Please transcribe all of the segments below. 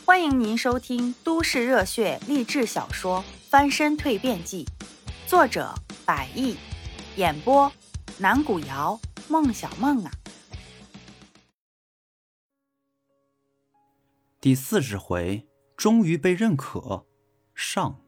欢迎您收听都市热血励志小说《翻身蜕变记》，作者百亿，演播南古瑶、孟小梦啊。 第40回，终于被认可上。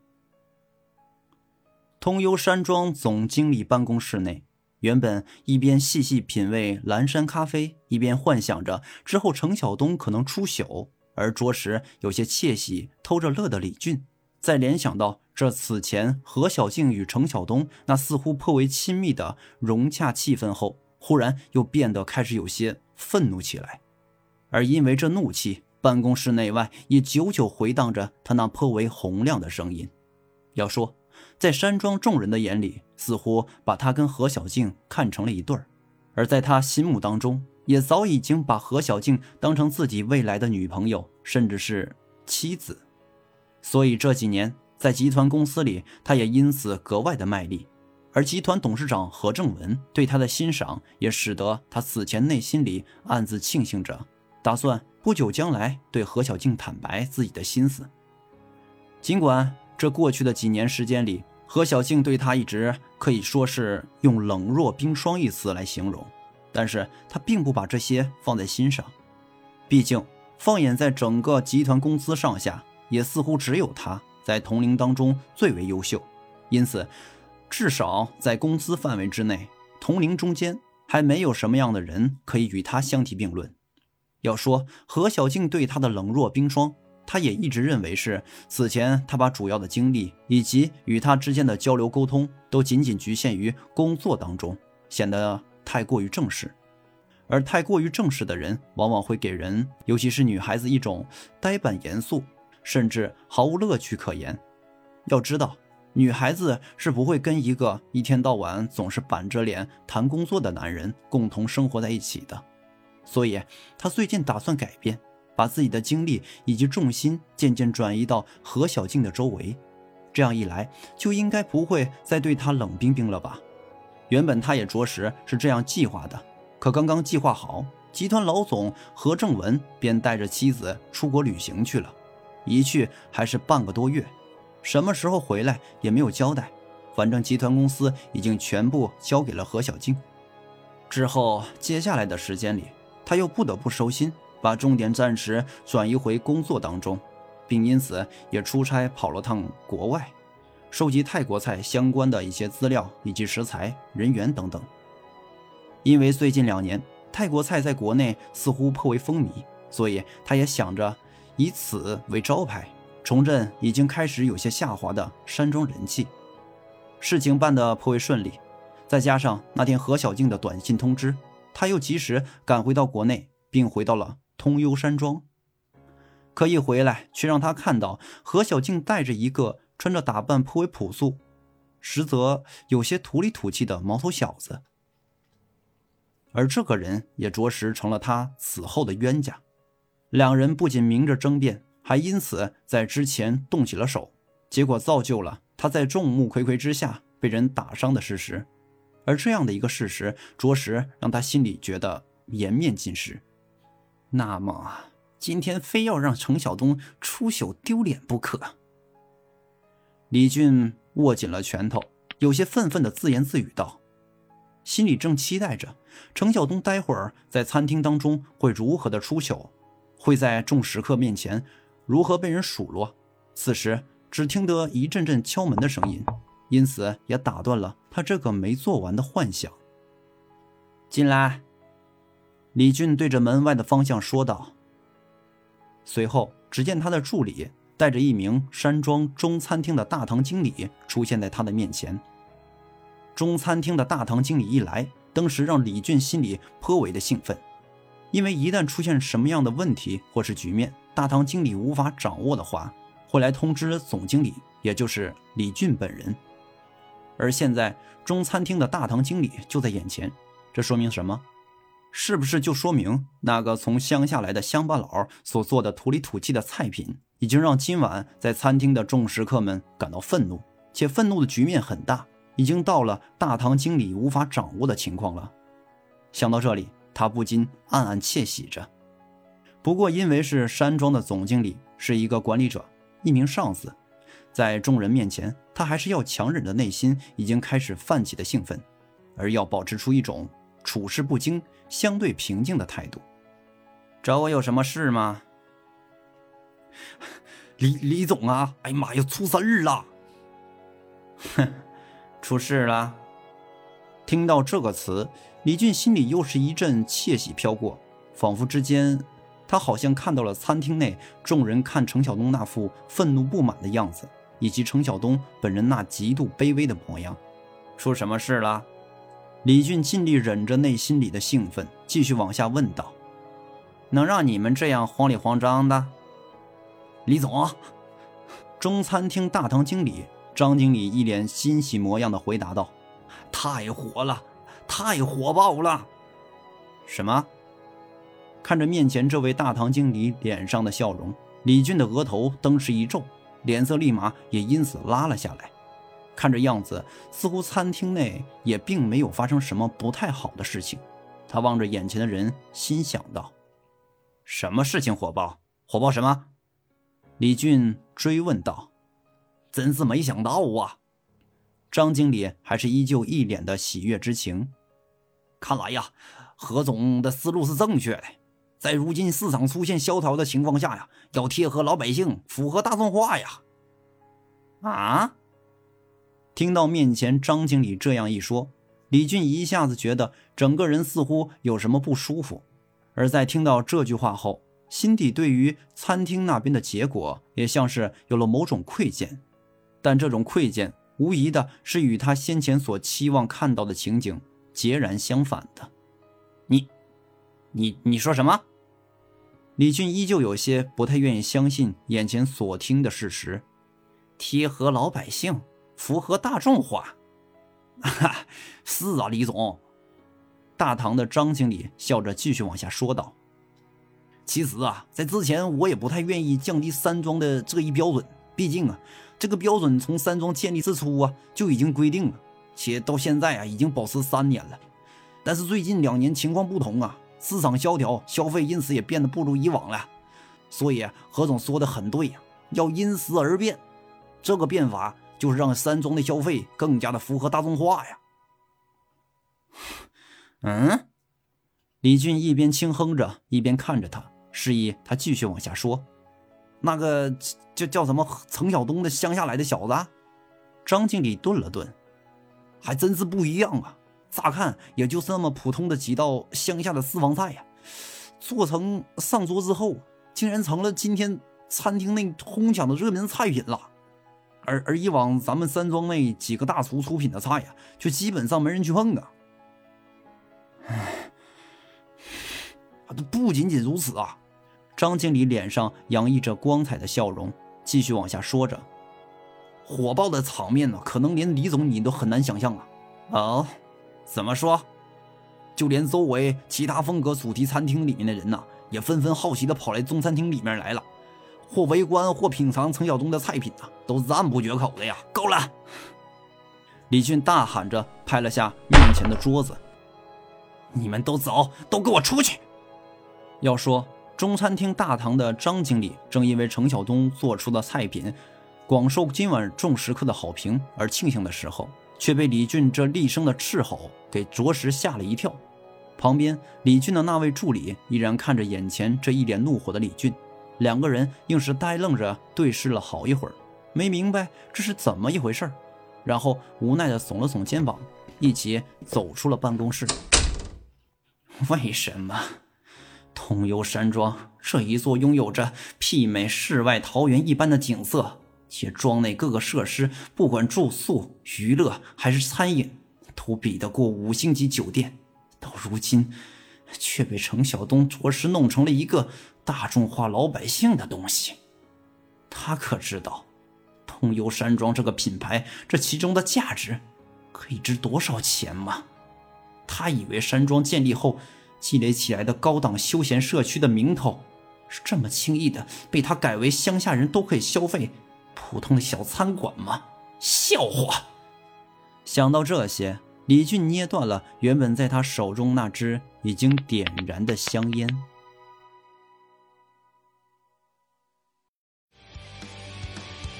通幽山庄总经理办公室内，原本一边细细品味蓝山咖啡，一边幻想着之后程晓东可能出糗，而着实有些窃喜偷着乐的李俊，在联想到这此前何小静与程晓东那似乎颇为亲密的融洽气氛后，忽然又变得开始有些愤怒起来。而因为这怒气，办公室内外也久久回荡着他那颇为洪亮的声音。要说在山庄众人的眼里，似乎把他跟何小静看成了一对儿，而在他心目当中，也早已经把何小静当成自己未来的女朋友，甚至是妻子。所以这几年在集团公司里，他也因此格外的卖力。而集团董事长何正文对他的欣赏，也使得他此前内心里暗自庆幸着，打算不久将来对何小静坦白自己的心思。尽管这过去的几年时间里，何小静对他一直可以说是用冷若冰霜一词来形容，但是他并不把这些放在心上。毕竟放眼在整个集团公司上下，也似乎只有他在同龄当中最为优秀，因此至少在公司范围之内，同龄中间还没有什么样的人可以与他相提并论。要说何小静对他的冷若冰霜，他也一直认为是此前他把主要的精力以及与他之间的交流沟通都仅仅局限于工作当中，显得太过于正式。而太过于正式的人往往会给人，尤其是女孩子，一种呆板严肃，甚至毫无乐趣可言。要知道，女孩子是不会跟一个一天到晚总是板着脸谈工作的男人共同生活在一起的。所以他最近打算改变，把自己的精力以及重心渐渐转移到何小静的周围，这样一来就应该不会再对她冷冰冰了吧。原本他也着实是这样计划的，可刚刚计划好，集团老总何正文便带着妻子出国旅行去了，一去还是半个多月，什么时候回来也没有交代，反正集团公司已经全部交给了何小静。之后接下来的时间里，他又不得不收心，把重点暂时转移回工作当中，并因此也出差跑了趟国外，收集泰国菜相关的一些资料以及食材、人员等等。因为最近2年泰国菜在国内似乎颇为风靡，所以他也想着以此为招牌，重振已经开始有些下滑的山庄人气。事情办得颇为顺利，再加上那天何小静的短信通知，他又及时赶回到国内，并回到了通幽山庄。可一回来，却让他看到何小静带着一个穿着打扮颇为朴素，实则有些土里土气的毛头小子。而这个人也着实成了他此后的冤家。两人不仅明着争辩，还因此在之前动起了手，结果造就了他在众目睽睽之下被人打伤的事实。而这样的一个事实，着实让他心里觉得颜面尽失。那么今天非要让程晓东出糗丢脸不可。李俊握紧了拳头，有些愤愤地自言自语道，心里正期待着程晓东待会儿在餐厅当中会如何的出糗，会在众食客面前如何被人数落。此时只听得一阵阵敲门的声音，因此也打断了他这个没做完的幻想。进来。李俊对着门外的方向说道。随后只见他的助理带着一名山庄中餐厅的大堂经理出现在他的面前。中餐厅的大堂经理一来，当时让李俊心里颇为的兴奋，因为一旦出现什么样的问题或是局面，大堂经理无法掌握的话，会来通知总经理，也就是李俊本人。而现在中餐厅的大堂经理就在眼前，这说明什么？是不是就说明那个从乡下来的乡巴佬所做的土里土气的菜品，已经让今晚在餐厅的众食客们感到愤怒，且愤怒的局面很大，已经到了大堂经理无法掌握的情况了。想到这里，他不禁暗暗窃喜着。不过因为是山庄的总经理， 是一个管理者，一名上司。在众人面前，他还是要强忍着内心已经开始泛起的兴奋，而要保持出一种处事不惊、相对平静的态度。找我有什么事吗？ 李总啊，哎呀妈呀，出事了！ 哼，出事了。听到这个词，李俊心里又是一阵窃喜飘过，仿佛之间他好像看到了餐厅内众人看程晓东那副愤怒不满的样子，以及程晓东本人那极度卑微的模样。出什么事了？李俊尽力忍着内心里的兴奋，继续往下问道：能让你们这样慌里慌张的？ 李总， 中餐厅大堂经理张经理一脸欣喜模样地回答道： 太火了，太火爆了！ 什么？看着面前这位大堂经理脸上的笑容，李俊的额头登时一皱，脸色立马也因此拉了下来。看着样子，似乎餐厅内也并没有发生什么不太好的事情。他望着眼前的人，心想道：什么事情火爆？火爆什么？李俊追问道： 真是没想到啊！ 张经理还是依旧一脸的喜悦之情。 看来呀，何总的思路是正确的。在如今市场出现萧条的情况下呀，要贴合老百姓，符合大众化呀。 啊！听到面前张经理这样一说，李俊一下子觉得整个人似乎有什么不舒服。而在听到这句话后，心底对于餐厅那边的结果也像是有了某种愧疚，但这种愧疚无疑的是与他先前所期望看到的情景截然相反的。你说什么？李俊依旧有些不太愿意相信眼前所听的事实。贴合老百姓，符合大众化。 是啊，李总。 大堂的张经理笑着继续往下说道： 其实啊，在之前我也不太愿意降低山庄的这一标准，毕竟啊，这个标准从山庄建立之初啊就已经规定了，且到现在啊已经保持3年了。但是最近2年情况不同啊，市场萧条，消费因此也变得不如以往了。所以何总说的很对呀，要因时而变。这个变法就是让山庄的消费更加的符合大众化呀。 李俊一边轻哼着，一边看着他，示意他继续往下说。 那个叫什么程晓东的乡下来的小子？ 张经理顿了顿， 还真是不一样啊。乍看也就是那么普通的几道乡下的私房菜呀，做成上桌之后，竟然成了今天餐厅内哄抢的热门菜品了。而以往咱们山庄内几个大厨出品的菜呀，却基本上没人去碰啊。不仅仅如此啊， 张经理脸上洋溢着光彩的笑容，继续往下说着。 火爆的场面呢，可能连李总你都很难想象啊。 哦，怎么说？ 就连周围其他风格主题餐厅里面的人呢，也纷纷好奇的跑来中餐厅里面来了，或围观或品尝程晓东的菜品啊，都是赞不绝口的呀。够了！ 李俊大喊着拍了下面前的桌子： 你们都走，都给我出去！ 要说中餐厅大堂的张经理正因为程晓东做出的菜品广受今晚众食客的好评而庆幸的时候，却被李俊这厉声的斥吼给着实吓了一跳。旁边李俊的那位助理依然看着眼前这一脸怒火的李俊，两个人硬是呆愣着对视了好一会儿，没明白这是怎么一回事，然后无奈地耸了耸肩膀，一起走出了办公室。为什么通幽山庄这一座拥有着媲美世外桃源一般的景色，且庄内各个设施不管住宿、娱乐还是餐饮都比得过5星级酒店，到如今却被程晓东着实弄成了一个大众化老百姓的东西？他可知道通幽山庄这个品牌这其中的价值可以值多少钱吗？他以为山庄建立后积累起来的高档休闲社区的名头是这么轻易的被他改为乡下人都可以消费普通的小餐馆吗？笑话！想到这些，李俊捏断了原本在他手中那支已经点燃的香烟。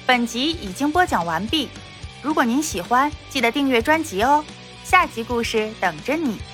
本集已经播讲完毕，如果您喜欢，记得订阅专辑哦，下集故事等着你。